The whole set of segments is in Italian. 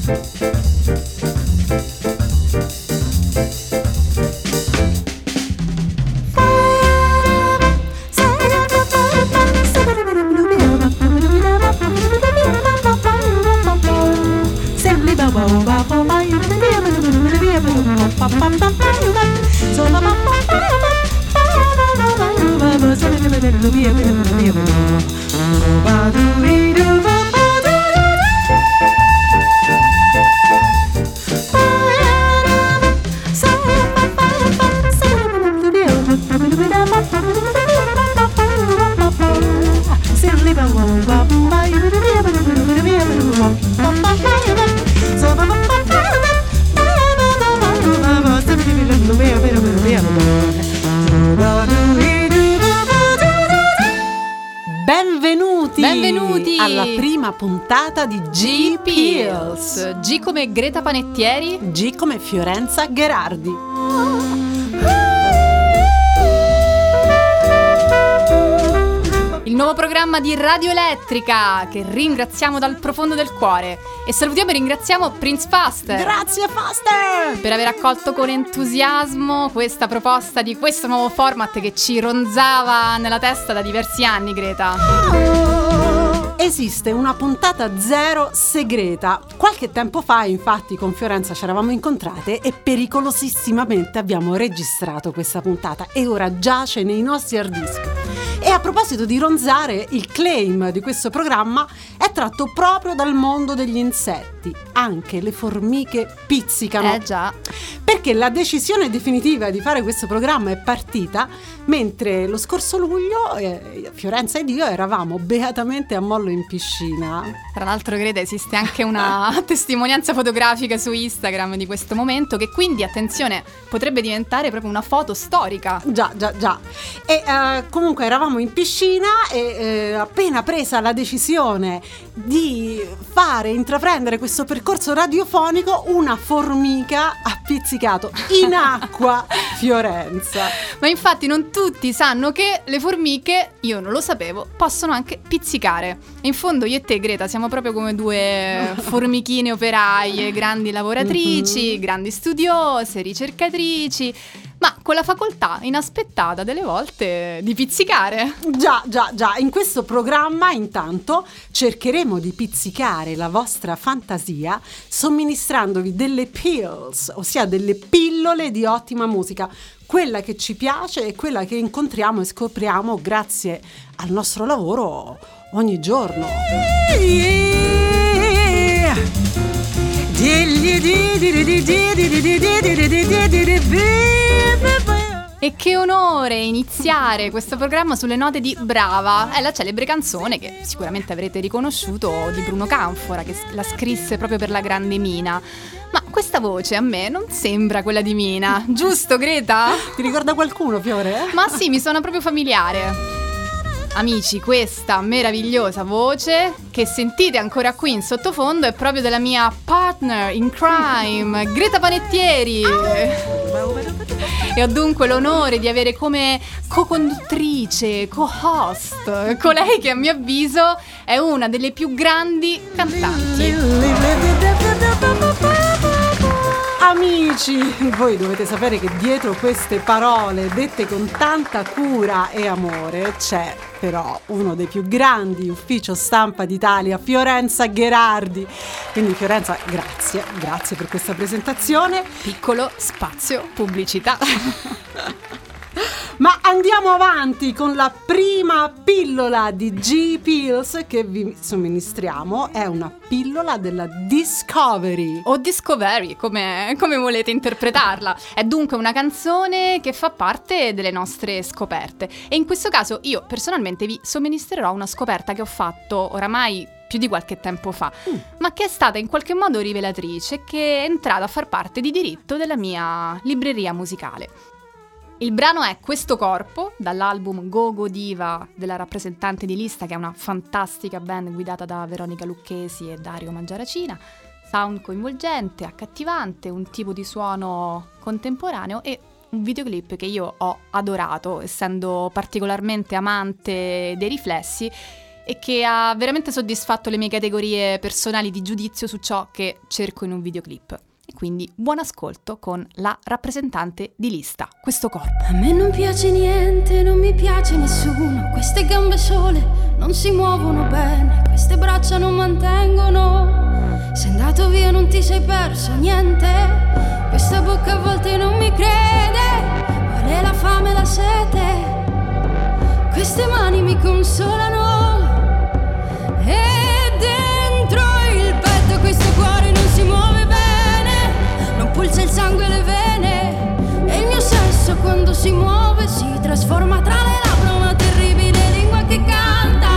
Benvenuti alla prima puntata di G-Pills. G come Greta Panettieri, G come Fiorenza Gherardi. il nuovo programma di Radio Elettrica che ringraziamo dal profondo del cuore. E salutiamo e ringraziamo Prince Faster. Grazie Faster! Per aver accolto con entusiasmo questa proposta di questo nuovo format che ci ronzava nella testa da diversi anni, Greta. Esiste una puntata zero segreta. Qualche tempo fa, infatti, con Fiorenza ci eravamo incontrate e pericolosissimamente abbiamo registrato questa puntata e ora giace nei nostri hard disk. E a proposito di ronzare, il claim di questo programma è tratto proprio dal mondo degli insetti. Anche le formiche pizzicano. Già. Perché la decisione definitiva di fare questo programma è partita mentre lo scorso luglio Fiorenza ed io eravamo beatamente a mollo in piscina. Tra l'altro, Greta, esiste anche una testimonianza fotografica su Instagram di questo momento che quindi, attenzione, potrebbe diventare proprio una foto storica. Già. E comunque eravamo in piscina e appena presa la decisione di fare intraprendere questo percorso radiofonico, una formica ha pizzicato in acqua Fiorenza. Ma infatti non tutti sanno che le formiche, io non lo sapevo, possono anche pizzicare. In fondo io e te, Greta, siamo proprio come due formichine operaie, grandi lavoratrici, grandi studiose, ricercatrici, ma con la facoltà inaspettata delle volte di pizzicare. Già. In questo programma intanto cercheremo di pizzicare la vostra fantasia somministrandovi delle pills, ossia delle pillole di ottima musica. Quella che ci piace e quella che incontriamo e scopriamo grazie al nostro lavoro ogni giorno. E che onore iniziare questo programma sulle note di Brava, è la celebre canzone che sicuramente avrete riconosciuto di Bruno Canfora, che la scrisse proprio per la grande Mina. Ma questa voce a me non sembra quella di Mina, giusto Greta? Ti ricorda qualcuno, Fiore? Ma sì, mi suona proprio familiare. Amici, questa meravigliosa voce che sentite ancora qui in sottofondo è proprio della mia partner in crime, Greta Panettieri. E ho dunque l'onore di avere come co-conduttrice, co-host, colei che a mio avviso è una delle più grandi cantanti. Amici, voi dovete sapere che dietro queste parole dette con tanta cura e amore c'è però uno dei più grandi ufficio stampa d'Italia, Fiorenza Gherardi. Quindi Fiorenza, grazie per questa presentazione. Piccolo spazio pubblicità. Ma andiamo avanti con la prima pillola di G-Pills che vi somministriamo. È una pillola della Discovery. O Discovery, come volete interpretarla. È dunque una canzone che fa parte delle nostre scoperte. E in questo caso io personalmente vi somministrerò una scoperta che ho fatto oramai più di qualche tempo fa, ma che è stata in qualche modo rivelatrice, che è entrata a far parte di diritto della mia libreria musicale. Il brano è Questo corpo, dall'album Go Go Diva della rappresentante di lista, che è una fantastica band guidata da Veronica Lucchesi e Dario Mangiaracina. Sound coinvolgente, accattivante, un tipo di suono contemporaneo e un videoclip che io ho adorato, essendo particolarmente amante dei riflessi. e che ha veramente soddisfatto le mie categorie personali di giudizio su ciò che cerco in un videoclip. E quindi buon ascolto con La rappresentante di lista, Questo corpo. A me non piace niente, non mi piace nessuno. Queste gambe sole non si muovono bene, queste braccia non mantengono. Sei andato via, non ti sei perso niente. Questa bocca a volte non mi crede, vuole la fame e la sete. Queste mani mi consolano e dentro il petto questo cuore non si muove bene, non pulsa il sangue e le vene, e il mio sesso quando si muove si trasforma tra le labbra una terribile lingua che canta.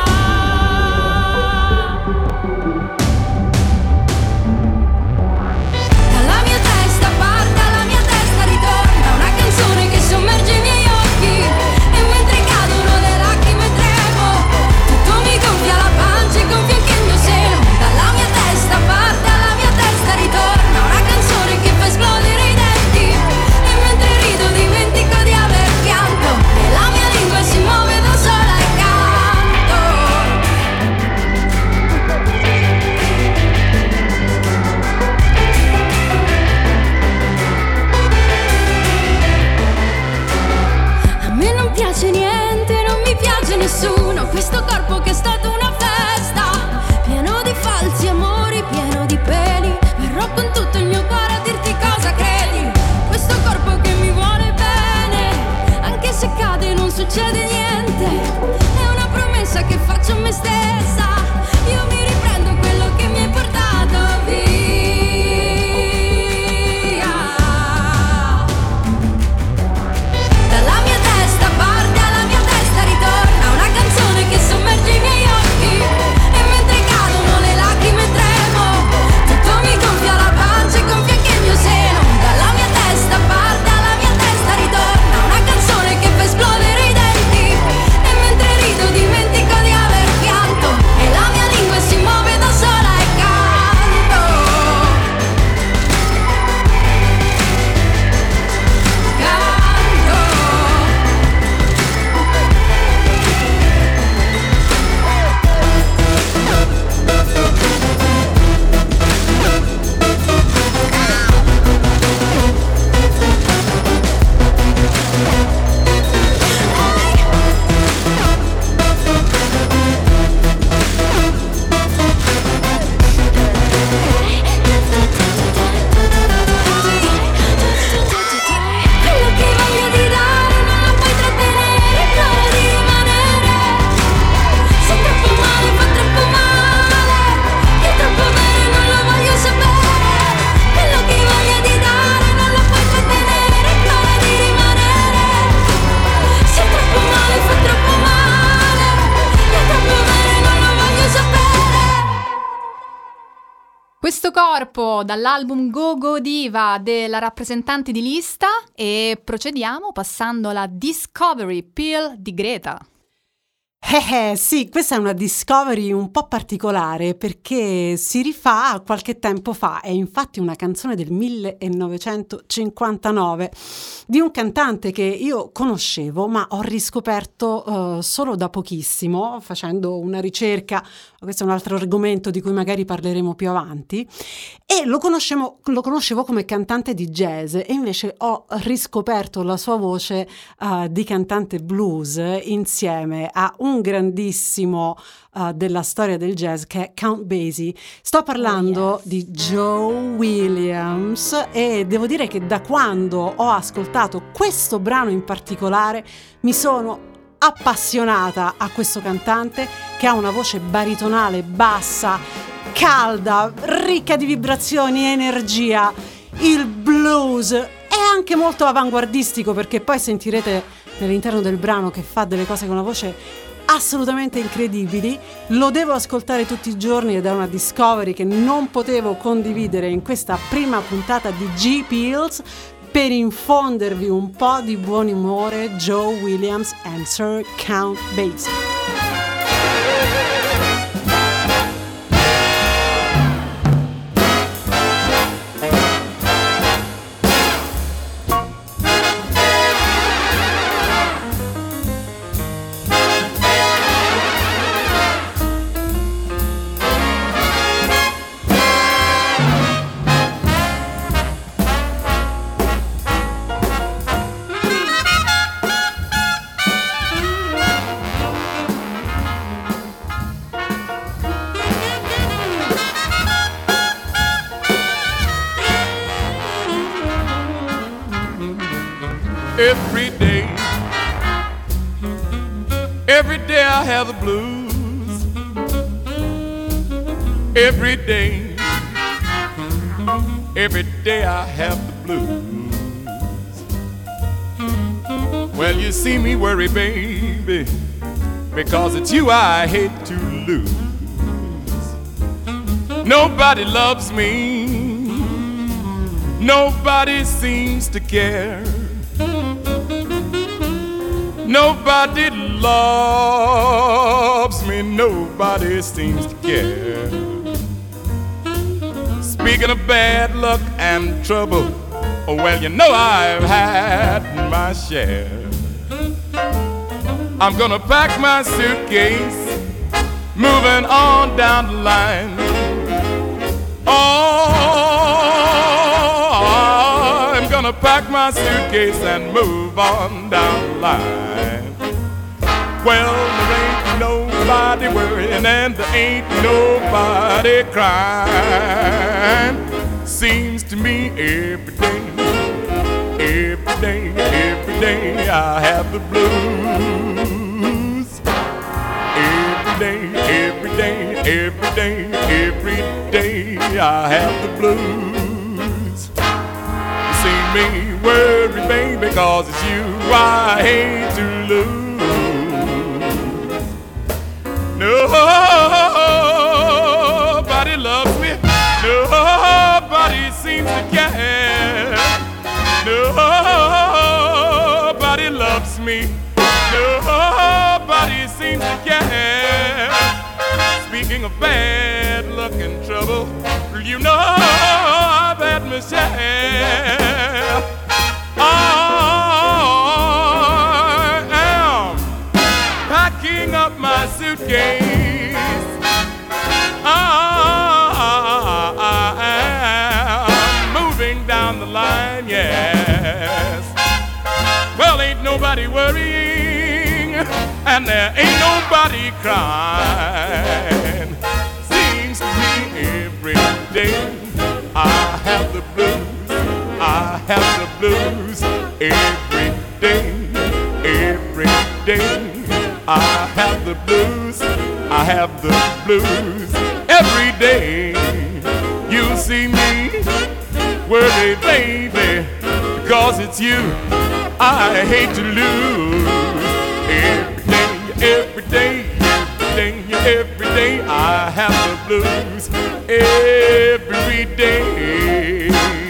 Dalla mia testa parte, alla mia testa ritorna una canzone che sommerge i miei occhi, e mentre cadono le lacrime tremo, tutto mi gonfia la pancia e gonfia anche il mio seno. Dalla mia testa parte, alla mia testa ritorna una canzone che fa esplodere i denti, e mentre rido dimentico di aver pianto, e la mia lingua si muove da sola e canto. A me non piace niente, non mi piace nessuno. Questo corpo che è stato una festa, pieno di falsi amori, pieno di peli. Verrò con tutto il mio cuore a dirti cosa credi. Questo corpo che mi vuole bene, anche se cade non succede niente. È una promessa che faccio a me stessa. Io mi riprendo quello che mi hai portato via. Dalla mia testa parte, alla mia testa ritorna una canzone che sommerge i miei occhi, e mentre cadono le lacrime tremo, tutto mi gonfia la pancia e gonfia anche il mio seno. Dalla mia testa parte, alla mia testa ritorna una canzone che fa esplodere i denti, e mentre rido dimentico di aver pianto, e la mia lingua si muove da sola e canto. Quello che voglio di dare non lo puoi trattenere, prova di rimanere. Se troppo male fa troppo male, che troppo bene non lo voglio sapere. Quello che voglio di dare non lo puoi trattenere, prova di rimanere. Se troppo male fa troppo male, che troppo bene non lo voglio sapere. Questo corpo dall'album Go Go Diva della rappresentante di lista, e procediamo passando alla Discovery Pill di Greta. Sì, questa è una discovery un po' particolare perché si rifà a qualche tempo fa, è infatti una canzone del 1959 di un cantante che io conoscevo ma ho riscoperto solo da pochissimo facendo una ricerca. Questo è un altro argomento di cui magari parleremo più avanti, e lo conoscevo come cantante di jazz, e invece ho riscoperto la sua voce di cantante blues insieme a un grandissimo della storia del jazz che è Count Basie. Sto parlando di Joe Williams, e devo dire che da quando ho ascoltato questo brano in particolare mi sono appassionata a questo cantante che ha una voce baritonale, bassa, calda, ricca di vibrazioni e energia. Il blues è anche molto avanguardistico, perché poi sentirete nell'interno del brano che fa delle cose con una voce assolutamente incredibili. Lo devo ascoltare tutti i giorni ed è una discovery che non potevo condividere in questa prima puntata di G-Pills per infondervi un po' di buon umore. Joe Williams and Sir Count Basie. every day. Every day I have the blues. Every day I have the blues. Well, you see me worry, baby, because it's you I hate to lose. Nobody loves me, nobody seems to care. Nobody loves me, nobody seems to care. Speaking of bad luck and trouble, well, you know I've had my share. I'm gonna pack my suitcase, moving on down the line. Oh, I'm gonna pack my suitcase and move on down the line. Well, there ain't nobody worrying and there ain't nobody crying. Seems to me every day I have the blues. Every day I have the blues. You see me worry, baby, cause it's you I hate to lose. Nobody loves me, nobody seems to care. Nobody loves me, nobody seems to care. Speaking of bad luck and trouble, you know I've had my share. I am packing up my suitcase. I am moving down the line, yes. Well, ain't nobody worrying and there ain't nobody crying. Seems to me every day I have the blues. I have the blues every day I have the blues. I have the blues every day. You see me worry, baby, because it's you I hate to lose. Every day I have the blues. Every day.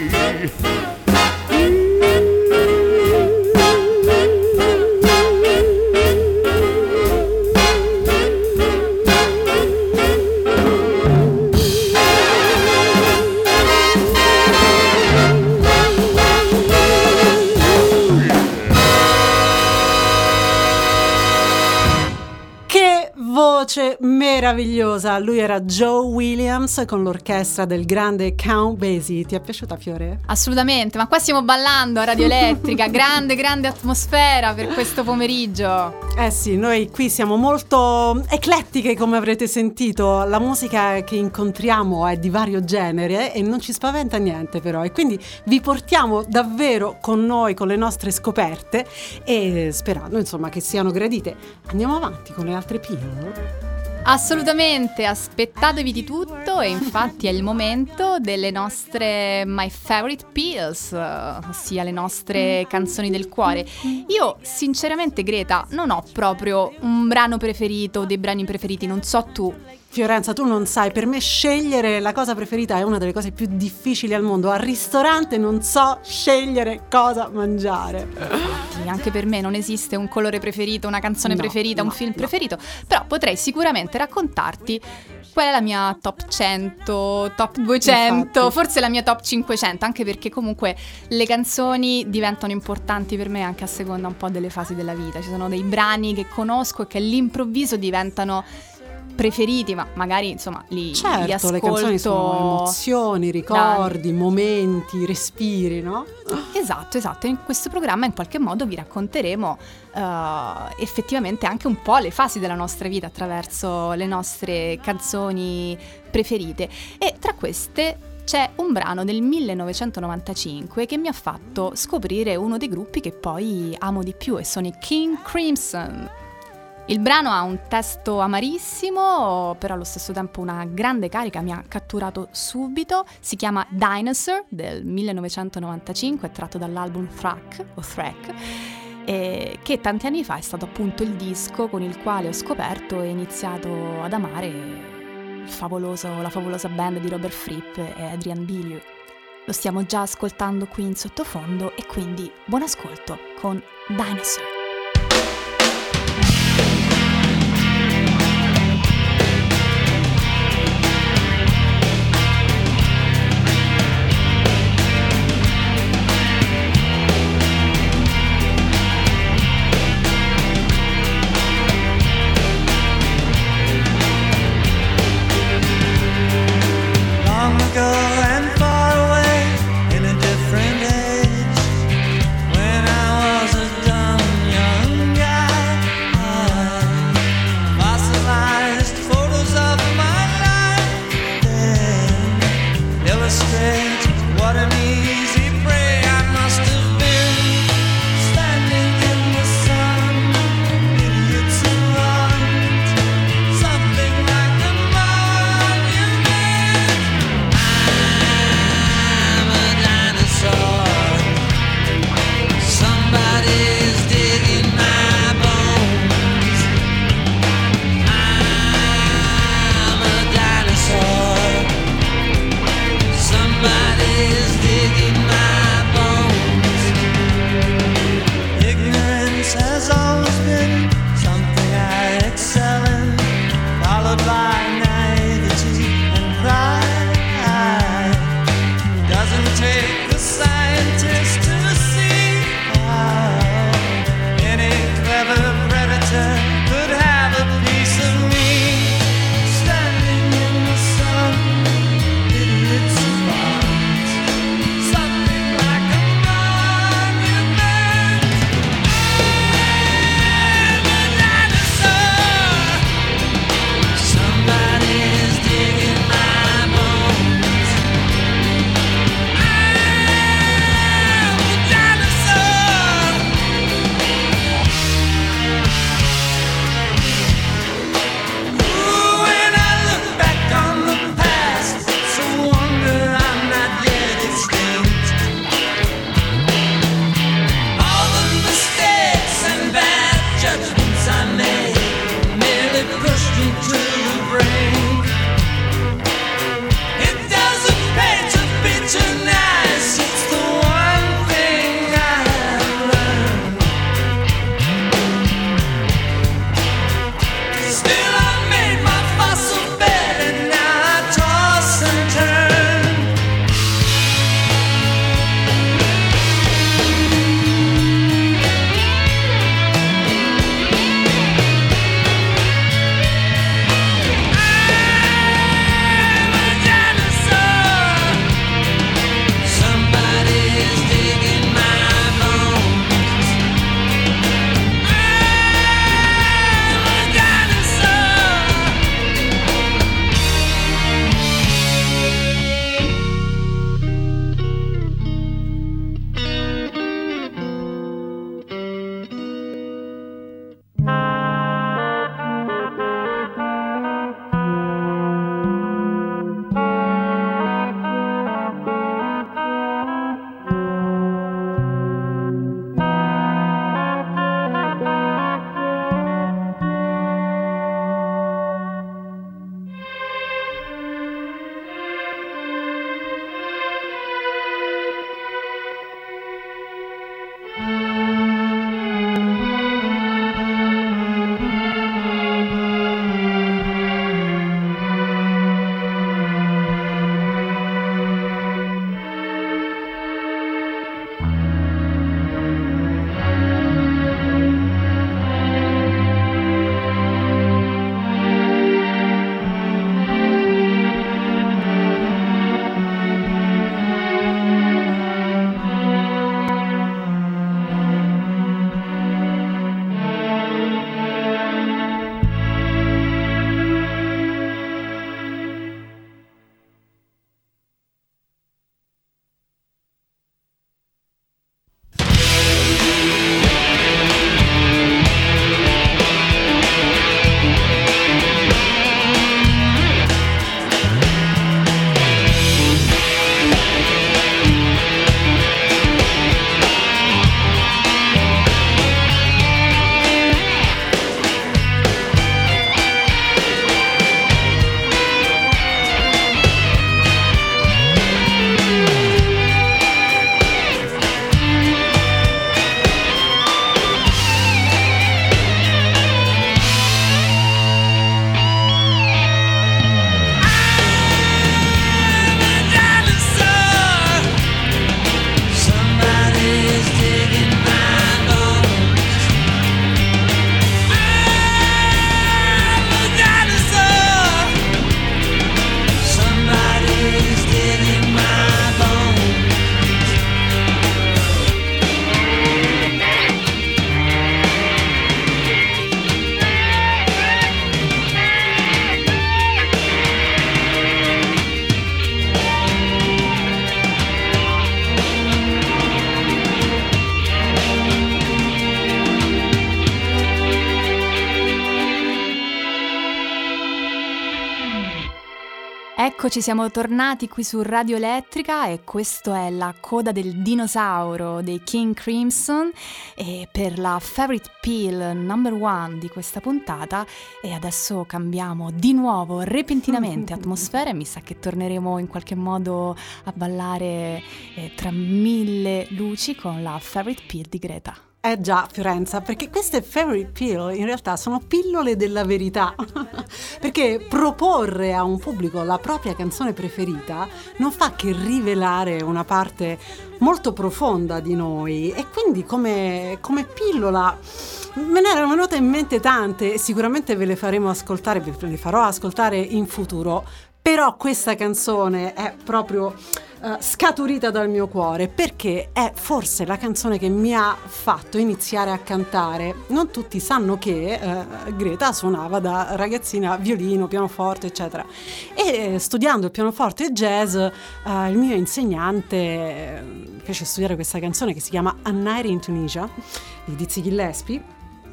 Voce meravigliosa, lui era Joe Williams con l'orchestra del grande Count Basie. Ti è piaciuta, Fiore? Assolutamente, ma qua stiamo ballando a Radio Elettrica, grande atmosfera per questo pomeriggio. Eh sì, noi qui siamo molto eclettiche, come avrete sentito. La musica che incontriamo è di vario genere e non ci spaventa niente però, e quindi vi portiamo davvero con noi, con le nostre scoperte, e sperando insomma che siano gradite. Andiamo avanti con le altre pillole. Assolutamente, aspettatevi di tutto, e infatti è il momento delle nostre My Favorite Pills, ossia le nostre canzoni del cuore. Io sinceramente, Greta, non ho proprio un brano preferito o dei brani preferiti, non so tu. Fiorenza, tu non sai, per me scegliere la cosa preferita è una delle cose più difficili al mondo. Al ristorante non so scegliere cosa mangiare. Sì, anche per me non esiste un colore preferito, una canzone preferita, un film preferito, però potrei sicuramente raccontarti qual è la mia top 100, top 200, infatti. Forse la mia top 500, anche perché comunque le canzoni diventano importanti per me anche a seconda un po' delle fasi della vita. Ci sono dei brani che conosco e che all'improvviso diventano preferiti, ma magari insomma li ascolto. Le canzoni sono emozioni, ricordi, momenti, respiri, no? Esatto. In questo programma in qualche modo vi racconteremo effettivamente anche un po' le fasi della nostra vita attraverso le nostre canzoni preferite, e tra queste c'è un brano del 1995 che mi ha fatto scoprire uno dei gruppi che poi amo di più, e sono i King Crimson. Il brano ha un testo amarissimo, però allo stesso tempo una grande carica, mi ha catturato subito. Si chiama Dinosaur del 1995, è tratto dall'album Thrack, che tanti anni fa è stato appunto il disco con il quale ho scoperto e iniziato ad amare la favolosa band di Robert Fripp e Adrian Belew. Lo stiamo già ascoltando qui in sottofondo, e quindi buon ascolto con Dinosaur. And far away in a different age, when I was a dumb young guy, I fossilized photos of my life, then illustrate what an easy prey I must have been, standing in the sun, idiots who want something like a monument. Somebody's digging my bones. I'm a dinosaur. Somebody's digging Eccoci, siamo tornati qui su Radio Elettrica e questo è La coda del dinosauro dei King Crimson, e per la Favorite Pill number 1 di questa puntata. E adesso cambiamo di nuovo repentinamente atmosfera e mi sa che torneremo in qualche modo a ballare tra mille luci con la Favorite Pill di Greta. Già, Fiorenza, perché queste favorite pill in realtà sono pillole della verità, perché proporre a un pubblico la propria canzone preferita non fa che rivelare una parte molto profonda di noi, e quindi come pillola me ne erano venute in mente tante e sicuramente ve le faremo ascoltare, ve le farò ascoltare in futuro. Però questa canzone è proprio scaturita dal mio cuore, perché è forse la canzone che mi ha fatto iniziare a cantare. Non tutti sanno che Greta suonava da ragazzina violino, pianoforte, eccetera. E studiando il pianoforte e jazz, il mio insegnante fece studiare questa canzone che si chiama A Night in Tunisia di Dizzy Gillespie.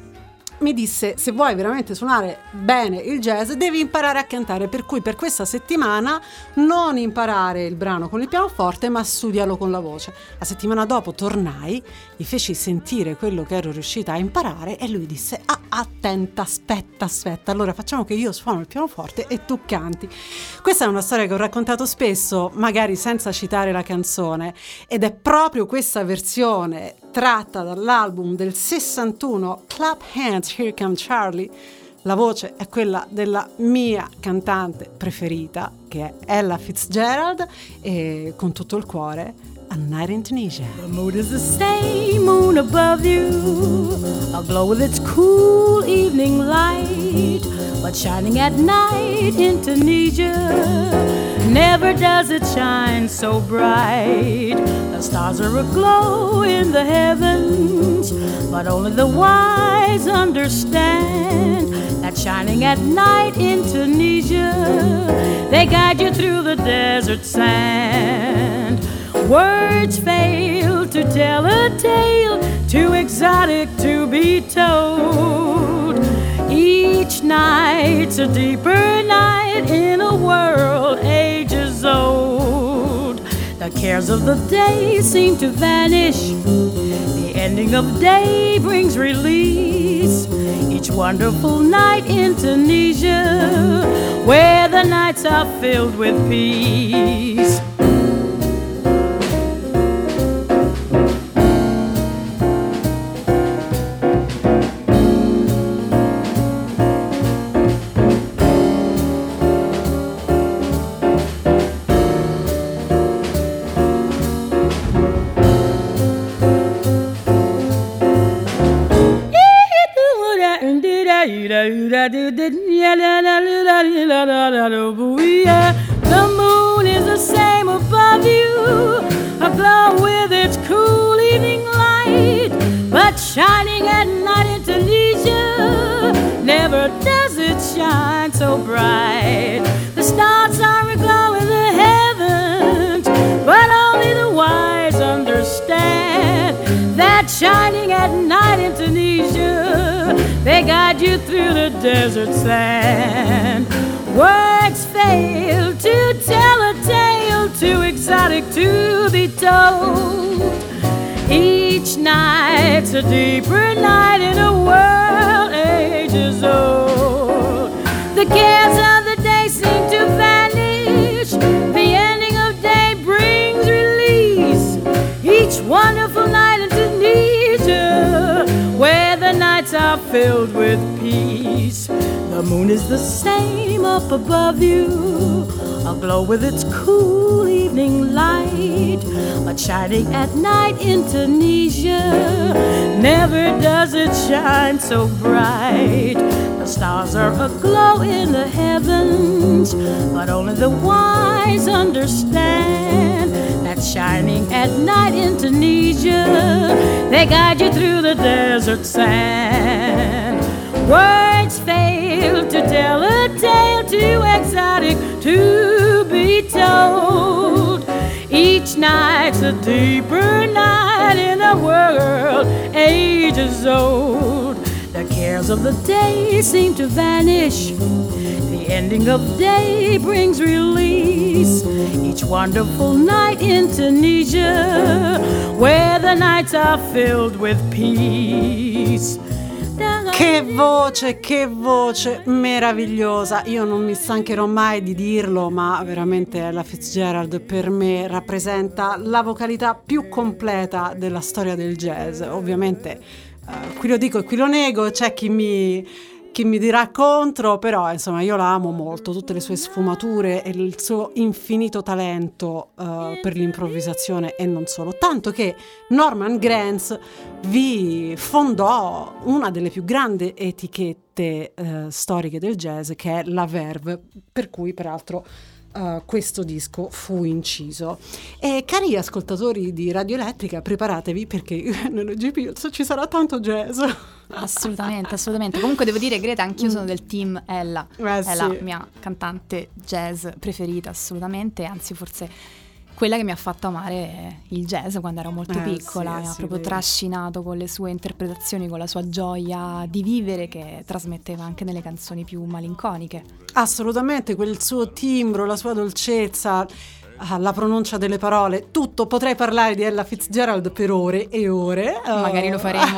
Mi disse: se vuoi veramente suonare bene il jazz devi imparare a cantare, per cui per questa settimana non imparare il brano con il pianoforte ma studialo con la voce. La settimana dopo tornai, gli feci sentire quello che ero riuscita a imparare e lui disse: attenta, aspetta, allora facciamo che io suono il pianoforte e tu canti. Questa è una storia che ho raccontato spesso, magari senza citare la canzone, ed è proprio questa versione tratta dall'album del 61 Clap Hands, Here Come Charlie. La voce è quella della mia cantante preferita, che è Ella Fitzgerald, e con tutto il cuore A Night in Tunisia. The mood is the same moon above you, aglow with its cool evening light, but shining at night in Tunisia. Never does it shine so bright. The stars are aglow in the heavens, but only the wise understand that shining at night in Tunisia, they guide you through the desert sand. Words fail to tell a tale too exotic to be told. Each night's a deeper night in a world ages old. The cares of the day seem to vanish. The ending of day brings release. Each wonderful night in Tunisia, where the nights are filled with peace. The moon is the same above you, aglow with its cool evening light, but shining at night in Tunisia, never does it shine so bright. The stars are aglow in the heavens, but only the wise understand that shining at night in Tunisia, they guide you through the desert sand. Words fail to tell a tale too exotic to be told. Each night's a deeper night in a world ages old. The cares of the day seem to vanish. The ending of day brings release. Each wonderful night in Tunisia, where the nights are filled with peace. The moon is the same up above you, aglow with its cool evening light, but shining at night in Tunisia, never does it shine so bright. The stars are aglow in the heavens, but only the wise understand that shining at night in Tunisia, they guide you through the desert sand. Words fail to tell a tale too exotic to be told. Each night's a deeper night in a world ages old. The cares of the day seem to vanish. The The ending of day brings release. Each wonderful night in Tunisia, where the nights are filled with peace. Che voce meravigliosa. Io non mi stancherò mai di dirlo, ma veramente Ella Fitzgerald per me rappresenta la vocalità più completa della storia del jazz. Ovviamente qui lo dico e qui lo nego, c'è chi mi dirà contro, però insomma io la amo molto, tutte le sue sfumature e il suo infinito talento per l'improvvisazione e non solo, tanto che Norman Granz vi fondò una delle più grandi etichette storiche del jazz, che è la Verve, per cui peraltro questo disco fu inciso. E cari ascoltatori di Radio Elettrica, preparatevi perché nello GP ci sarà tanto jazz. Assolutamente. Comunque devo dire, Greta, anch'io sono del team Ella. È sì. la mia cantante jazz preferita, assolutamente, anzi forse quella che mi ha fatto amare il jazz quando ero molto piccola. Mi ha proprio trascinato con le sue interpretazioni, con la sua gioia di vivere che trasmetteva anche nelle canzoni più malinconiche. Assolutamente, quel suo timbro, la sua dolcezza, la pronuncia delle parole, tutto. Potrei parlare di Ella Fitzgerald per ore e ore. Magari lo faremo.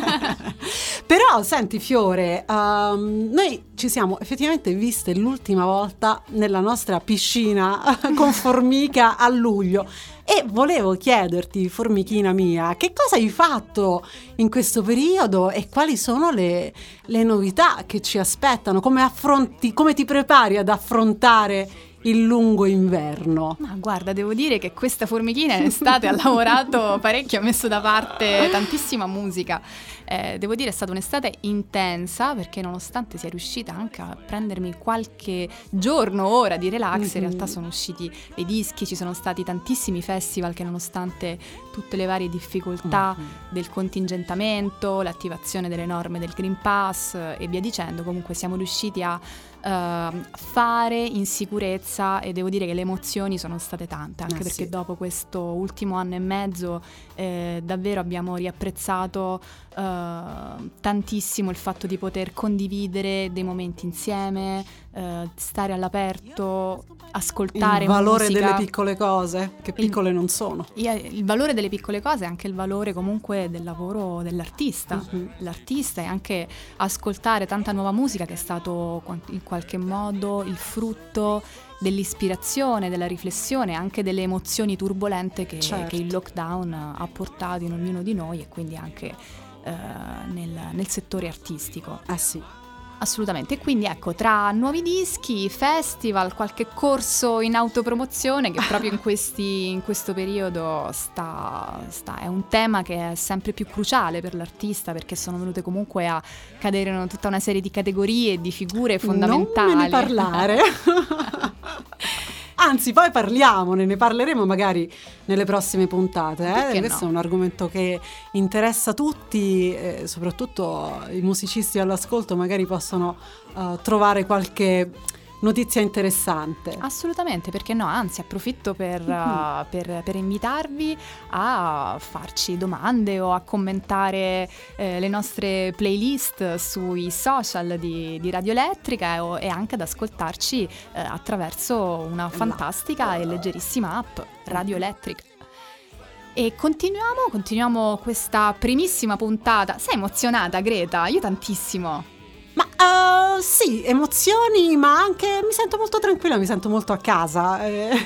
Però senti Fiore, noi ci siamo effettivamente viste l'ultima volta nella nostra piscina con Formica a luglio e volevo chiederti, Formichina mia, che cosa hai fatto in questo periodo e quali sono le novità che ci aspettano, come ti prepari ad affrontare il lungo inverno? Ma guarda, devo dire che questa formichina in estate ha lavorato parecchio, ha messo da parte tantissima musica. Devo dire è stata un'estate intensa, perché nonostante sia riuscita anche a prendermi qualche giorno, ora di relax, in realtà sono usciti dei dischi, ci sono stati tantissimi festival che, nonostante tutte le varie difficoltà del contingentamento, l'attivazione delle norme del Green Pass e via dicendo, comunque siamo riusciti a fare in sicurezza, e devo dire che le emozioni sono state tante, anche perché dopo questo ultimo anno e mezzo davvero abbiamo riapprezzato tantissimo il fatto di poter condividere dei momenti insieme, stare all'aperto, ascoltare il valore musica. delle piccole cose, che piccole non sono. Il valore delle piccole cose è anche il valore comunque del lavoro dell'artista, l'artista, e anche ascoltare tanta nuova musica che è stato in qualche modo il frutto dell'ispirazione, della riflessione, anche delle emozioni turbolente che il lockdown ha portato in ognuno di noi, e quindi anche nel settore artistico. Sì. Assolutamente, e quindi ecco, tra nuovi dischi, festival, qualche corso in autopromozione che proprio in questo periodo è un tema che è sempre più cruciale per l'artista, perché sono venute comunque a cadere in tutta una serie di categorie e di figure fondamentali. Non me ne parlare. Anzi, poi ne parleremo magari nelle prossime puntate. Questo è un argomento che interessa tutti, soprattutto i musicisti all'ascolto magari possono trovare qualche notizia interessante. Assolutamente, perché no, anzi approfitto per invitarvi a farci domande o a commentare le nostre playlist sui social di Radio Elettrica e anche ad ascoltarci attraverso una fantastica e leggerissima app, Radio Elettrica. E continuiamo questa primissima puntata. Sei emozionata, Greta? Io tantissimo. Ma sì, emozioni, ma anche mi sento molto tranquilla, mi sento molto a casa.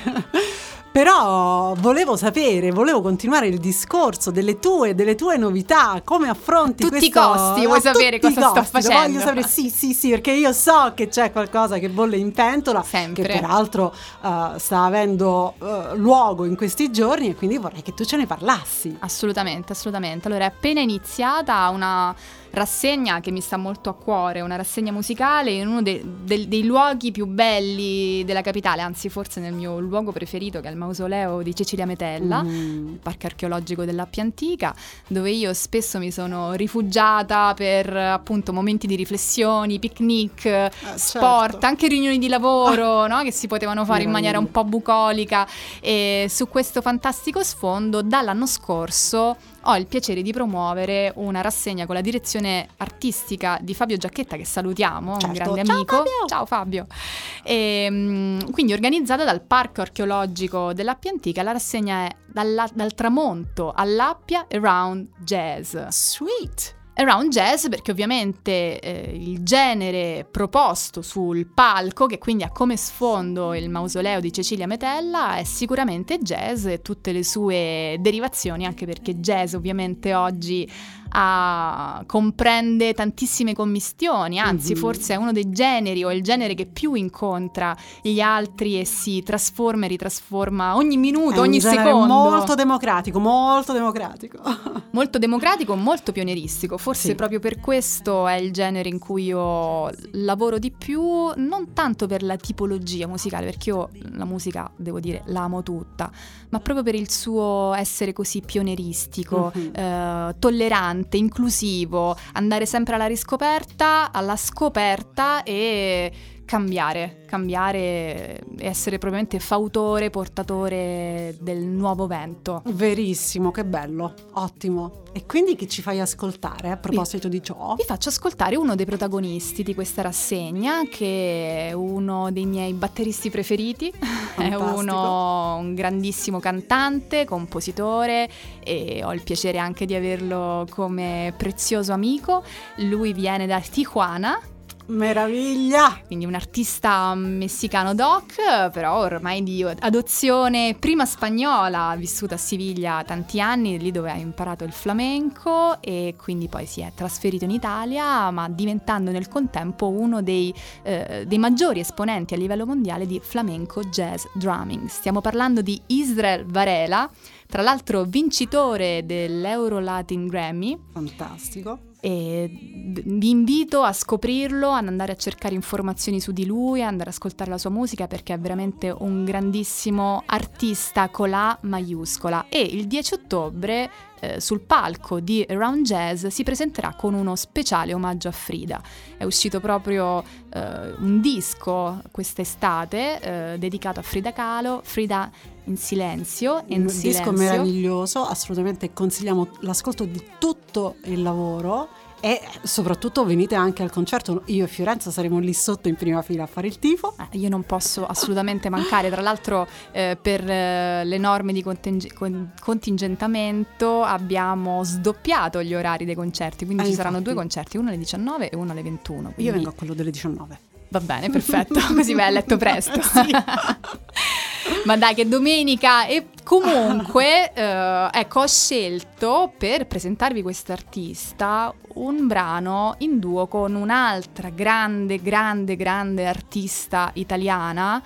Però volevo continuare il discorso delle tue novità, come affronti tutti i costi, vuoi sapere cosa sto facendo? Voglio sapere, sì, perché io so che c'è qualcosa che bolle in pentola, sempre, che peraltro sta avendo luogo in questi giorni, e quindi vorrei che tu ce ne parlassi. Assolutamente. Allora, è appena iniziata una rassegna che mi sta molto a cuore, una rassegna musicale in uno dei luoghi più belli della capitale, anzi forse nel mio luogo preferito, che è il mausoleo di Cecilia Metella, il parco archeologico dell'Appia Antica, dove io spesso mi sono rifugiata per appunto momenti di riflessioni, picnic, sport, certo. anche riunioni di lavoro, no? Che si potevano fare in maniera un Meraviglia. po' bucolica. E su questo fantastico sfondo, dall'anno scorso ho il piacere di promuovere una rassegna con la direzione artistica di Fabio Giacchetta, che salutiamo, un Certo. grande Ciao, amico. Fabio! Ciao Fabio. Quindi organizzata dal Parco Archeologico dell'Appia Antica, la rassegna è dal tramonto all'Appia Around Jazz. Sweet. Around Jazz perché ovviamente il genere proposto sul palco, che quindi ha come sfondo il mausoleo di Cecilia Metella, è sicuramente jazz e tutte le sue derivazioni, anche perché jazz ovviamente oggi comprende tantissime commistioni, anzi forse è uno dei generi o il genere che più incontra gli altri e si trasforma e ritrasforma ogni minuto, È ogni un genere secondo. molto democratico, molto democratico. Molto democratico, molto pionieristico. Forse Sì. proprio per questo è il genere in cui io lavoro di più, non tanto per la tipologia musicale, perché io la musica, devo dire, la amo tutta, ma proprio per il suo essere così pionieristico, tollerante, inclusivo, andare sempre alla riscoperta, alla scoperta e cambiare e essere probabilmente fautore, portatore del nuovo vento. Verissimo, che bello, ottimo. E quindi che ci fai ascoltare a proposito di ciò? Vi faccio ascoltare uno dei protagonisti di questa rassegna, che è uno dei miei batteristi preferiti. È un grandissimo cantante, compositore, e ho il piacere anche di averlo come prezioso amico. Lui viene da Tijuana, Meraviglia! quindi un artista messicano doc, però ormai di adozione prima spagnola, ha vissuto a Siviglia tanti anni, lì dove ha imparato il flamenco, e quindi poi si è trasferito in Italia, ma diventando nel contempo uno dei maggiori esponenti a livello mondiale di flamenco jazz drumming. Stiamo parlando di Israel Varela, tra l'altro vincitore dell'Euro Latin Grammy. Fantastico. E vi invito a scoprirlo, ad andare a cercare informazioni su di lui, ad andare ad ascoltare la sua musica, perché è veramente un grandissimo artista con la maiuscola. E il 10 ottobre sul palco di Around Jazz si presenterà con uno speciale omaggio a Frida. È uscito proprio un disco quest'estate dedicato a Frida Kahlo, Frida in silenzio. Un disco meraviglioso, assolutamente consigliamo l'ascolto di tutto il lavoro. E soprattutto venite anche al concerto, io e Fiorenza saremo lì sotto in prima fila a fare il tifo. Io non posso assolutamente mancare, tra l'altro per le norme di contingentamento abbiamo sdoppiato gli orari dei concerti, quindi ci saranno infatti. 2 concerti, uno alle 19 e uno alle 21. Io quindi vengo a quello delle 19. va bene, perfetto, così vai a letto presto. Sì. Ma dai, che domenica! E comunque, ecco, ho scelto per presentarvi quest'artista un brano in duo con un'altra grande artista italiana,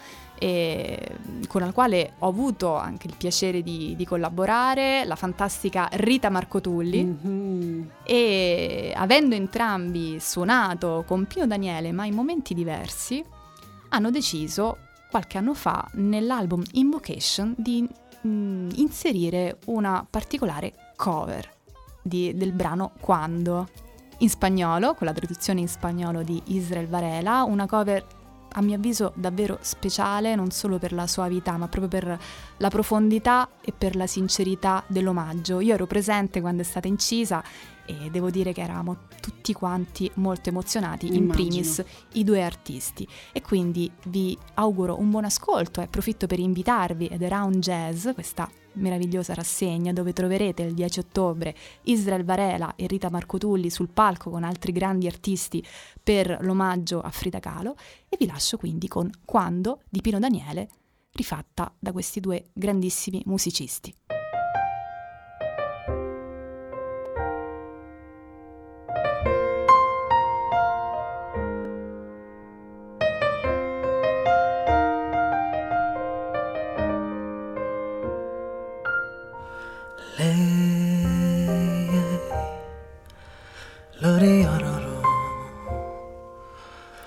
con la quale ho avuto anche il piacere di collaborare, la fantastica Rita Marcotulli. E avendo entrambi suonato con Pino Daniele, ma in momenti diversi, hanno deciso qualche anno fa nell'album Invocation di inserire una particolare cover del brano Quando, in spagnolo, con la traduzione in spagnolo di Israel Varela, una cover a mio avviso davvero speciale, non solo per la soavità, ma proprio per la profondità e per la sincerità dell'omaggio. Io ero presente quando è stata incisa e devo dire che eravamo tutti quanti molto emozionati, in Immagino. primis i 2 artisti. E quindi vi auguro un buon ascolto e approfitto per invitarvi ad Around Jazz, questa meravigliosa rassegna dove troverete il 10 ottobre Israel Varela e Rita Marcotulli sul palco con altri grandi artisti per l'omaggio a Frida Kahlo, e vi lascio quindi con Quando di Pino Daniele, rifatta da questi 2 grandissimi musicisti.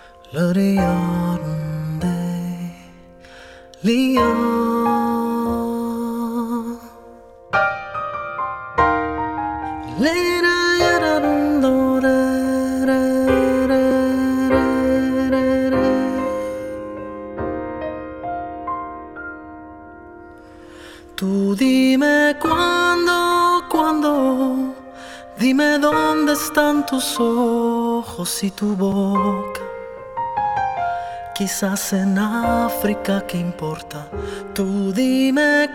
Lori onde, Lio Tu dime cuándo, dime dónde están tus ojos y tu boca. Quizás en África, ¿qué importa? Tú dime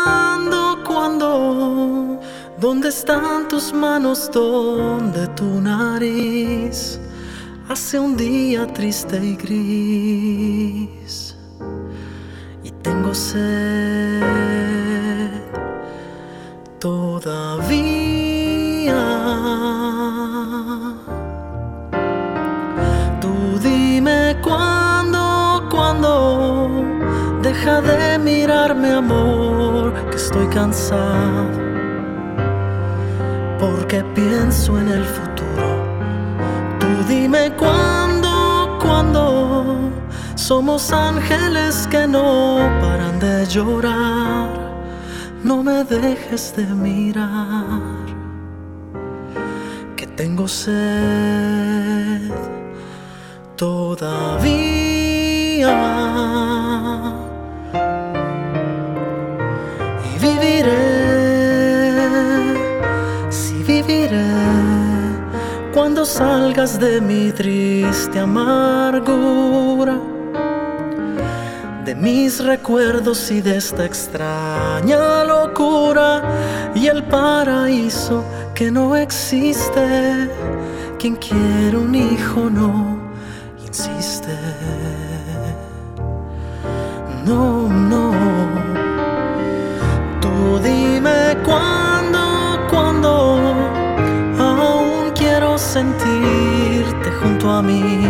cuándo, dónde están tus manos, dónde tu nariz. Hace un día triste y gris y tengo sed todavía. Tú dime cuándo, deja de mirarme, amor, que estoy cansado, porque pienso en el futuro. Tú dime cuándo, somos ángeles que no paran de llorar. No me dejes de mirar, que tengo sed todavía. Y viviré cuando salgas de mi triste amargura, de mis recuerdos y de esta extraña locura, y el paraíso que no existe. Quien quiere un hijo no insiste. No, tú dime cuándo, aún quiero sentirte junto a mí,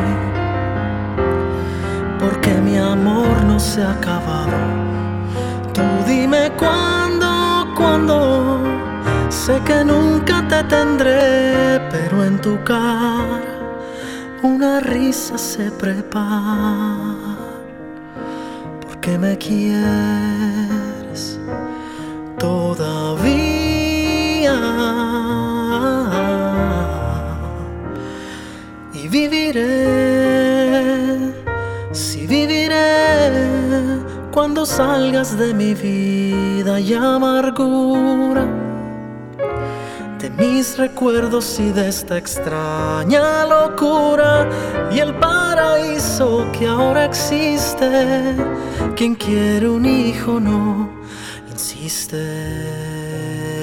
porque mi amor no se ha acabado. Tú dime cuándo, sé que nunca te tendré, pero en tu cara una risa se prepara, porque me quieres todavía. Y viviré cuando salgas de mi vida y amargura, de mis recuerdos y de esta extraña locura, y el paraíso que ahora existe. Quien quiere un hijo no insiste.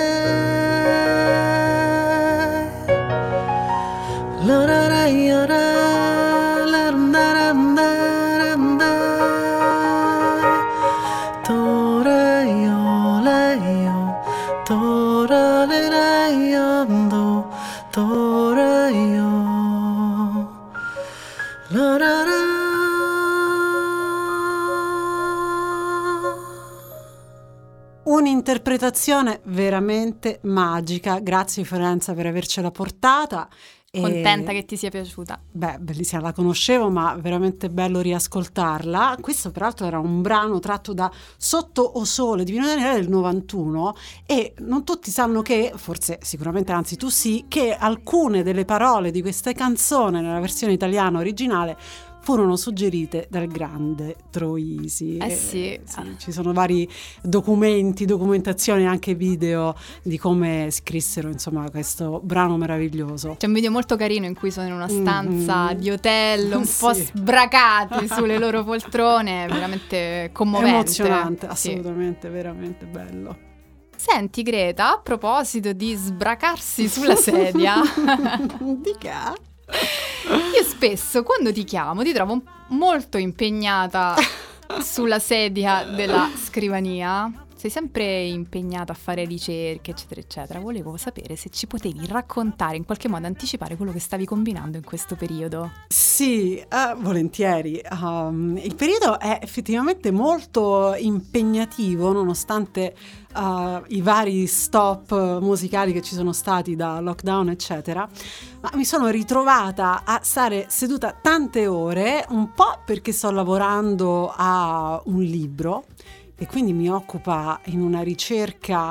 Un'interpretazione veramente magica. Grazie Fiorenza per avercela portata. Contenta che ti sia piaciuta. Beh, bellissima, la conoscevo, ma veramente bello riascoltarla. Questo peraltro era un brano tratto da Sotto o Sole di Pino Daniele del 91, e non tutti sanno che, forse sicuramente anzi tu sì, che alcune delle parole di questa canzone nella versione italiana originale furono suggerite dal grande Troisi. Sì. Ci sono vari documentazioni, anche video di come scrissero insomma questo brano meraviglioso. C'è un video molto carino in cui sono in una stanza di hotel un po' sbracati sulle loro poltrone, veramente commovente. Emozionante, assolutamente, veramente bello. Senti Greta, a proposito di sbracarsi sulla sedia, di che? Io spesso quando ti chiamo ti trovo molto impegnata sulla sedia della scrivania. Sei sempre impegnata a fare ricerche, eccetera, eccetera. Volevo sapere se ci potevi raccontare, in qualche modo anticipare quello che stavi combinando in questo periodo. Sì, volentieri. Il periodo è effettivamente molto impegnativo, nonostante i vari stop musicali che ci sono stati da lockdown, eccetera. Ma mi sono ritrovata a stare seduta tante ore, un po' perché sto lavorando a un libro, e quindi mi occupa in una ricerca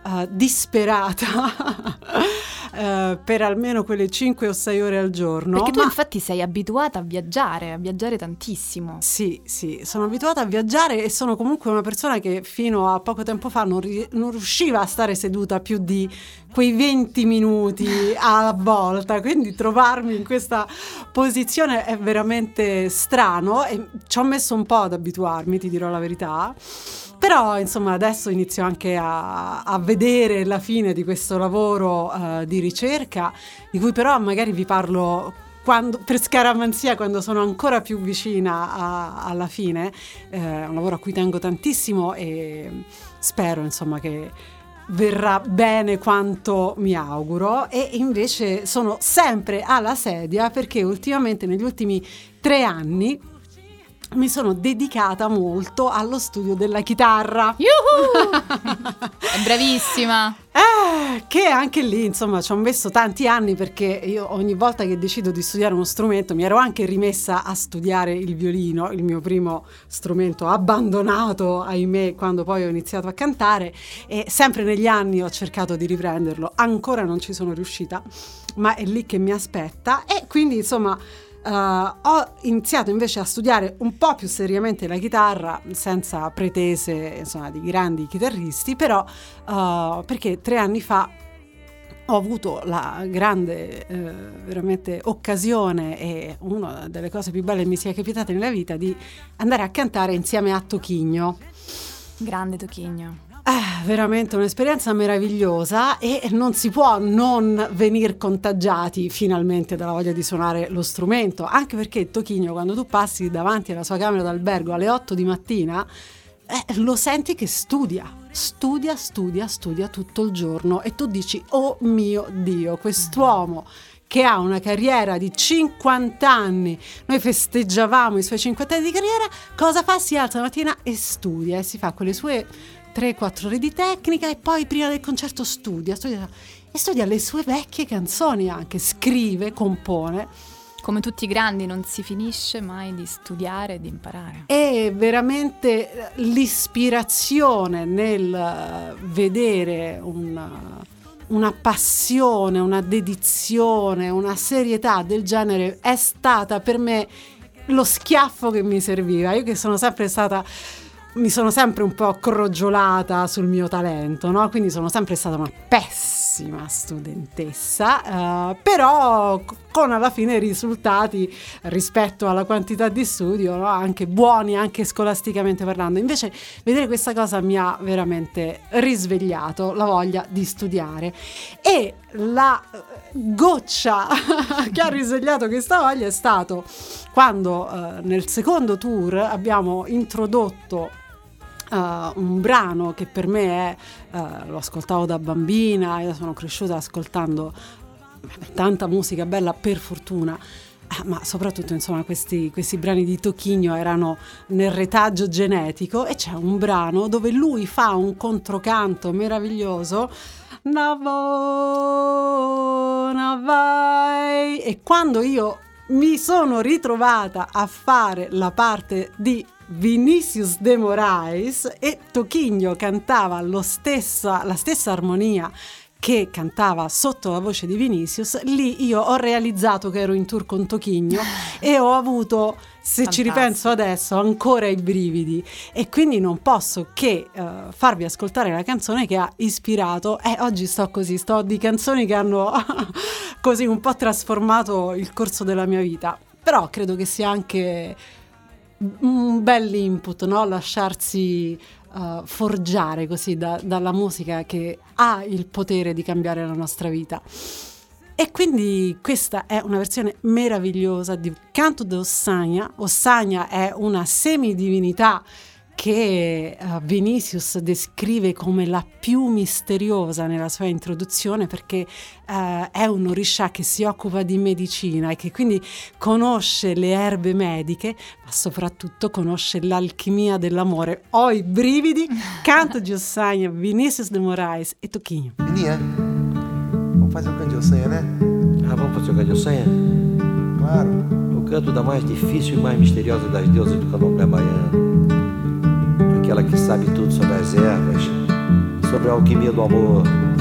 disperata per almeno quelle 5 o 6 ore al giorno. Perché tu infatti sei abituata a viaggiare tantissimo. Sì, sono abituata a viaggiare e sono comunque una persona che fino a poco tempo fa non riusciva a stare seduta più di quei 20 minuti a volta, quindi trovarmi in questa posizione è veramente strano e ci ho messo un po' ad abituarmi, ti dirò la verità. Però insomma adesso inizio anche a vedere la fine di questo lavoro di ricerca, di cui però magari vi parlo per scaramanzia, quando sono ancora più vicina alla fine. È un lavoro a cui tengo tantissimo e spero insomma che verrà bene quanto mi auguro. E invece sono sempre alla sedia perché ultimamente, negli ultimi 3 anni, mi sono dedicata molto allo studio della chitarra. È bravissima. Che anche lì insomma ci ho messo tanti anni, perché io ogni volta che decido di studiare uno strumento mi ero anche rimessa a studiare il violino, il mio primo strumento abbandonato, ahimè, quando poi ho iniziato a cantare, e sempre negli anni ho cercato di riprenderlo. Ancora non ci sono riuscita, ma è lì che mi aspetta. E quindi insomma ho iniziato invece a studiare un po' più seriamente la chitarra, senza pretese insomma di grandi chitarristi, però perché 3 anni fa ho avuto la grande veramente occasione, e una delle cose più belle che mi sia capitate nella vita, di andare a cantare insieme a Toquinho. Grande Toquinho. Veramente un'esperienza meravigliosa, e non si può non venir contagiati finalmente dalla voglia di suonare lo strumento, anche perché Toquinho, quando tu passi davanti alla sua camera d'albergo alle 8 di mattina, lo senti che studia tutto il giorno, e tu dici: oh mio Dio, quest'uomo che ha una carriera di 50 anni, noi festeggiavamo i suoi 50 anni di carriera, cosa fa? Si alza la mattina e studia, e si fa quelle sue 3-4 ore di tecnica, e poi prima del concerto studia le sue vecchie canzoni, anche scrive, compone. Come tutti i grandi, non si finisce mai di studiare e di imparare. E veramente l'ispirazione nel vedere una passione, una dedizione, una serietà del genere è stata per me lo schiaffo che mi serviva. Io che mi sono sempre un po' crogiolata sul mio talento, no? Quindi sono sempre stata una pessima studentessa, però con alla fine risultati rispetto alla quantità di studio, no? Anche buoni, anche scolasticamente parlando. Invece vedere questa cosa mi ha veramente risvegliato la voglia di studiare, e la goccia che ha risvegliato questa voglia è stato quando nel secondo tour abbiamo introdotto un brano che per me lo ascoltavo da bambina. Io sono cresciuta ascoltando tanta musica bella, per fortuna, ma soprattutto insomma questi brani di Toquinho erano nel retaggio genetico, e c'è un brano dove lui fa un controcanto meraviglioso, Navona vai, e quando io mi sono ritrovata a fare la parte di Vinicius de Moraes e Toquinho cantava la stessa armonia che cantava sotto la voce di Vinicius, lì io ho realizzato che ero in tour con Toquinho e ho avuto, se ci ripenso adesso, ancora i brividi. E quindi non posso che farvi ascoltare la canzone che ha ispirato, oggi sto di canzoni che hanno così un po' trasformato il corso della mia vita. Però credo che sia anche un bell'input, no? Lasciarsi forgiare così dalla musica, che ha il potere di cambiare la nostra vita. E quindi questa è una versione meravigliosa di Canto de Ossagna. Ossagna è una semidivinità che Vinicius descrive come la più misteriosa nella sua introduzione, perché è un orisha che si occupa di medicina e che quindi conosce le erbe mediche, ma soprattutto conosce l'alchimia dell'amore. Ho i brividi. Canto de Ossagna, Vinicius de Moraes e Toquinho. Aninha, vamos fazer um canto de Ossagna, né? Vamos fazer o canto de Ossagna? Claro. O canto da mais difícil e mais misteriosa das deusas do candomblé baiano. Aquela que sabe tudo sobre as ervas, sobre a alquimia do amor.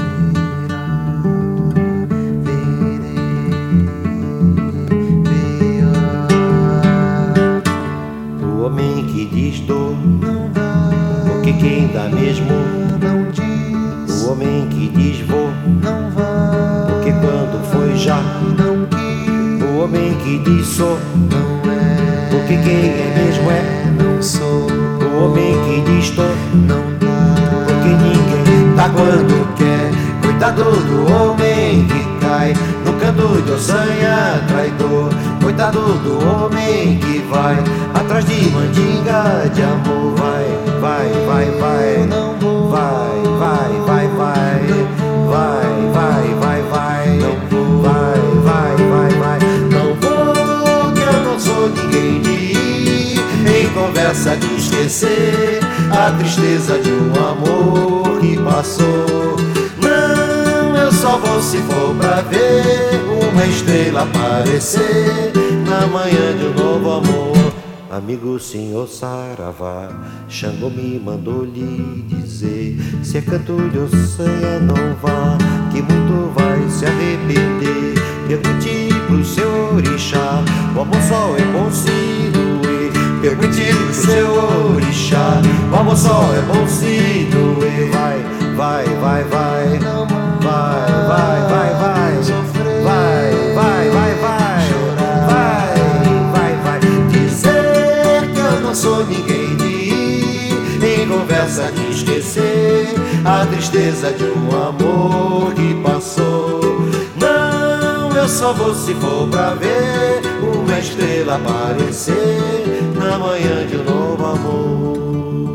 O homem que diz dor, porque quem dá mesmo não diz. O homem que diz vou, não vai, porque quando foi já não quis. O homem que diz sou, não é, porque quem é mesmo é, não sou. O homem que diz tô, não dá, porque ninguém dá quando quer. Coitado do homem que cai no canto de ossanha traidor. Coitado do homem que vai atrás de mandinga de amor. Vai, vai, vai, vai, não vou. Vai, vai, vai, vai, vai, vai, vai, vai, não vou. Vai, vai, vai, vai, não vou, que eu não sou ninguém de ir em conversa de esquecer a tristeza de um amor que passou. Não, eu só vou se for pra ver uma estrela aparecer na manhã de um novo amor. Amigo senhor Saravá, Xangô me mandou lhe dizer: se é canto de ossanha não vá, que muito vai se arrepender. Pergunte pro seu orixá, o amor só é bom se doer. Pergunte pro seu orixá, o amor só é bom se doer. Vai, vai, vai, vai, vai, vai, vai, vai, vai, vai, vai, vai, vai, vai, dizer que eu não sou ninguém de ir em conversa de esquecer a tristeza de um amor que passou. Não, eu só vou se for pra ver uma estrela aparecer na manhã de um novo amor.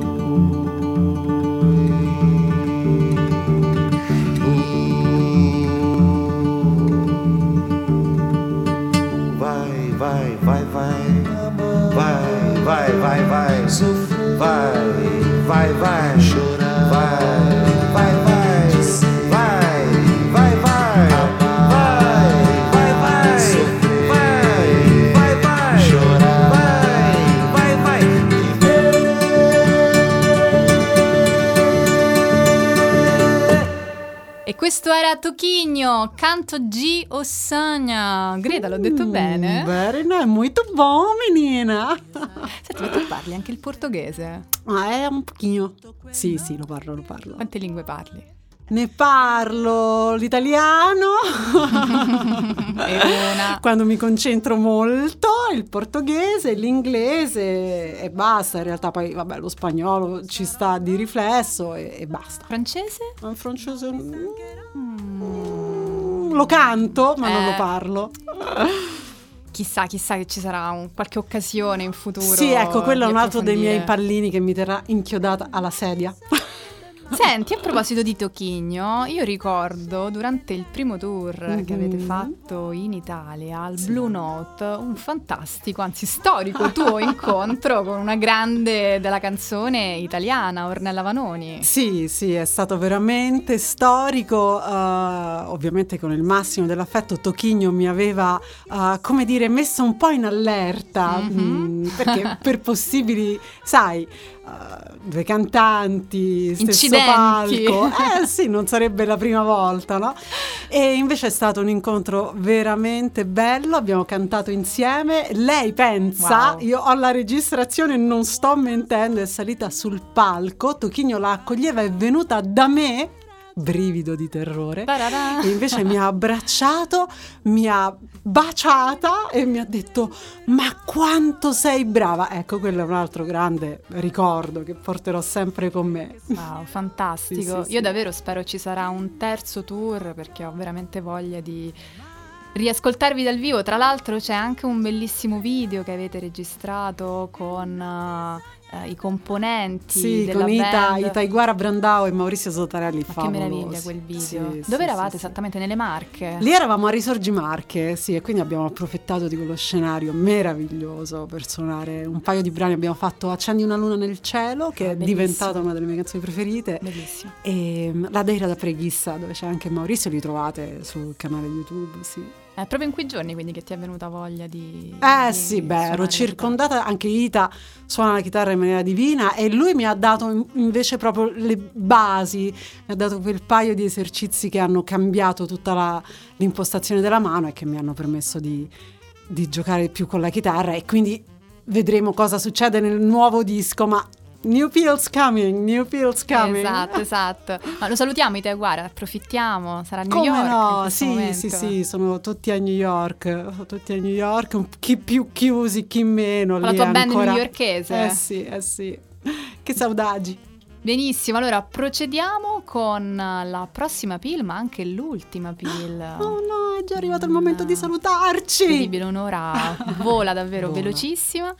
Vai, vai, vai, vai, vai, vai, vai, vai, vai, vai, chorar, vai, vai, vai, vai, vai, vai, vai, vai, vai, vai, chorar, vai, vai, E questo era Toquinho, canto de Ossanha. Greta, l'ho detto bene? Very nice, muito bom, menina. Senti, ma tu parli anche il portoghese? È un pochino. Sì, lo parlo. Quante lingue parli? Ne parlo l'italiano E una. quando mi concentro molto, il portoghese, l'inglese e basta. In realtà poi vabbè, lo spagnolo ci sta di riflesso e basta. Francese? Il francese lo canto ma non lo parlo. Chissà che ci sarà qualche occasione in futuro. Sì, ecco, quello è di un altro dei miei approfondire. pallini che mi terrà inchiodata alla sedia. Senti, a proposito di Toquinho, io ricordo durante il primo tour che avete fatto in Italia al Blue Note un fantastico, anzi storico tuo incontro con una grande della canzone italiana, Ornella Vanoni. Sì, è stato veramente storico, ovviamente con il massimo dell'affetto. Toquinho mi aveva, come dire, messo un po' in allerta, perché per possibili, sai, due cantanti, stesso incidenti, palco, sì, non sarebbe la prima volta, no? E invece è stato un incontro veramente bello, abbiamo cantato insieme, lei pensa, Wow. io ho la registrazione, non sto mentendo, è salita sul palco, Toquinho la accoglieva, è venuta da me, brivido di terrore, Tararà. e invece mi ha abbracciato, mi ha baciata e mi ha detto: ma quanto sei brava. Ecco, quello è un altro grande ricordo che porterò sempre con me. Wow, fantastico. Sì. Io davvero spero ci sarà un terzo tour, perché ho veramente voglia di riascoltarvi dal vivo. Tra l'altro c'è anche un bellissimo video che avete registrato con i componenti della con band. Itaiguara Brandao e Maurizio Sotarelli. Ma che meraviglia quel video. Sì, Dove sì, eravate sì. esattamente? Nelle Marche? Lì eravamo a Risorgi Marche, sì, e quindi abbiamo approfittato di quello scenario meraviglioso per suonare un paio di brani. Abbiamo fatto Accendi una luna nel cielo, che è bellissimo. diventata una delle mie canzoni preferite, Bellissimo. e La Deira da Preghissa, dove c'è anche Maurizio, li trovate sul canale YouTube, sì. Proprio in quei giorni quindi che ti è venuta voglia di Sì, beh, ero suonare circondata, anche Ita suona la chitarra in maniera divina e lui mi ha dato invece proprio le basi, mi ha dato quel paio di esercizi che hanno cambiato tutta l'impostazione della mano e che mi hanno permesso di giocare più con la chitarra, e quindi vedremo cosa succede nel nuovo disco, ma New Pills coming. Esatto. Ma lo salutiamo Ita Guara, approfittiamo, sarà a New Come York in no? questo momento. Sì, sono tutti a New York, chi più chiusi, chi meno. Con la lì tua band ancora... newyorkese. Sì. Che saudagi. Benissimo, allora procediamo con la prossima pill, ma anche l'ultima pill. Oh no, è già arrivato il momento di salutarci. Incredibile, un'ora vola davvero velocissima.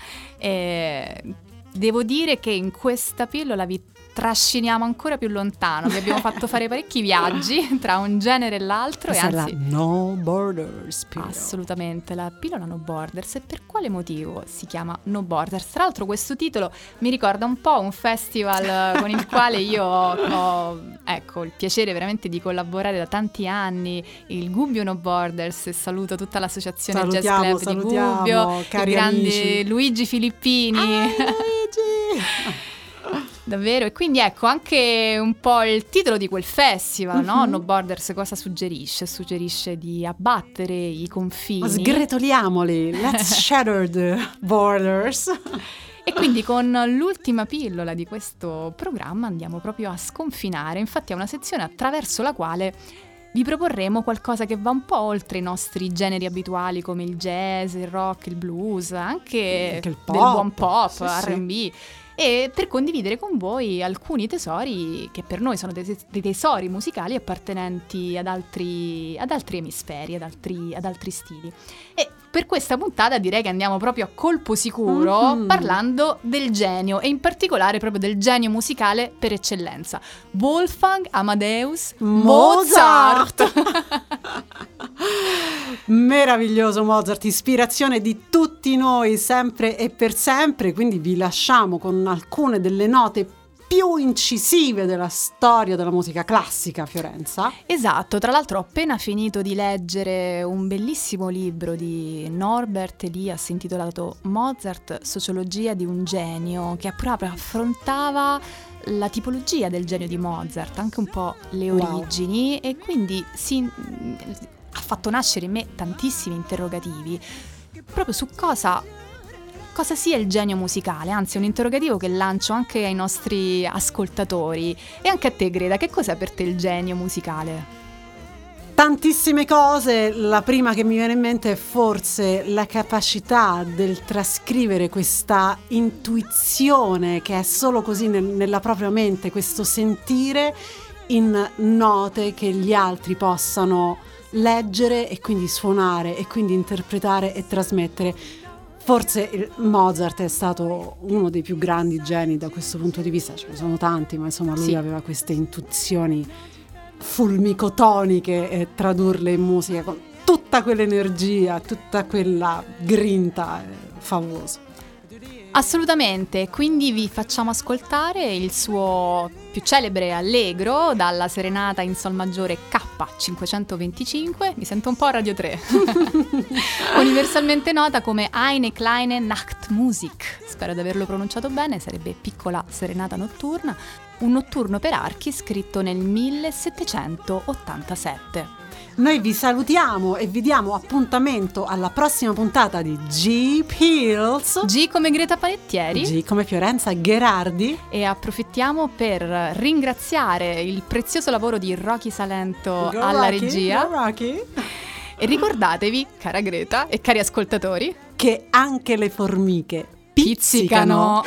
Devo dire che in questa pillola vi trasciniamo ancora più lontano. Vi abbiamo fatto fare parecchi viaggi tra un genere e l'altro. Questa e anzi, è la No Borders pillola. Assolutamente, la pillola No Borders. E per quale motivo si chiama No Borders? Tra l'altro questo titolo mi ricorda un po' un festival con il quale io ho il piacere veramente di collaborare da tanti anni, il Gubbio No Borders, e saluto tutta l'associazione Jazz Club di Gubbio, cari il grande amici. Luigi Filippini. Luigi! Davvero, e quindi ecco anche un po' il titolo di quel festival, no? No Borders cosa suggerisce? Suggerisce di abbattere i confini. Sgretoliamoli, let's shatter the borders. E quindi con l'ultima pillola di questo programma andiamo proprio a sconfinare. Infatti è una sezione attraverso la quale vi proporremo qualcosa che va un po' oltre i nostri generi abituali come il jazz, il rock, il blues, anche il pop. del buon pop, Sì, R&B. E per condividere con voi alcuni tesori che per noi sono dei tesori musicali appartenenti ad altri emisferi, ad altri stili. E per questa puntata direi che andiamo proprio a colpo sicuro parlando del genio, e in particolare proprio del genio musicale per eccellenza, Wolfgang Amadeus Mozart. Meraviglioso Mozart, ispirazione di tutti noi sempre e per sempre, quindi vi lasciamo con alcune delle note più incisive della storia della musica classica a Fiorenza. Esatto, tra l'altro ho appena finito di leggere un bellissimo libro di Norbert Elias intitolato Mozart, sociologia di un genio, che proprio affrontava la tipologia del genio di Mozart, anche un po' le origini, e quindi ha fatto nascere in me tantissimi interrogativi proprio su cosa sia il genio musicale, anzi è un interrogativo che lancio anche ai nostri ascoltatori e anche a te Greta. Che cos'è per te il genio musicale? Tantissime cose, la prima che mi viene in mente è forse la capacità del trascrivere questa intuizione che è solo così nella propria mente, questo sentire in note che gli altri possano leggere e quindi suonare e quindi interpretare e trasmettere. Forse Mozart è stato uno dei più grandi geni da questo punto di vista, ce ne sono tanti, ma insomma lui aveva queste intuizioni fulmicotoniche e tradurle in musica con tutta quell'energia, tutta quella grinta, è favoloso. Assolutamente, quindi vi facciamo ascoltare il suo più celebre allegro dalla serenata in sol maggiore K525, mi sento un po' a Radio 3, universalmente nota come Eine kleine Nachtmusik, spero di averlo pronunciato bene, sarebbe piccola serenata notturna, un notturno per archi scritto nel 1787. Noi vi salutiamo e vi diamo appuntamento alla prossima puntata di G-Pills. G come Greta Panettieri. G come Fiorenza Gherardi. E approfittiamo per ringraziare il prezioso lavoro di Rocky Salento alla regia. Rocky. E ricordatevi, cara Greta e cari ascoltatori, che anche le formiche pizzicano.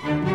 Thank you.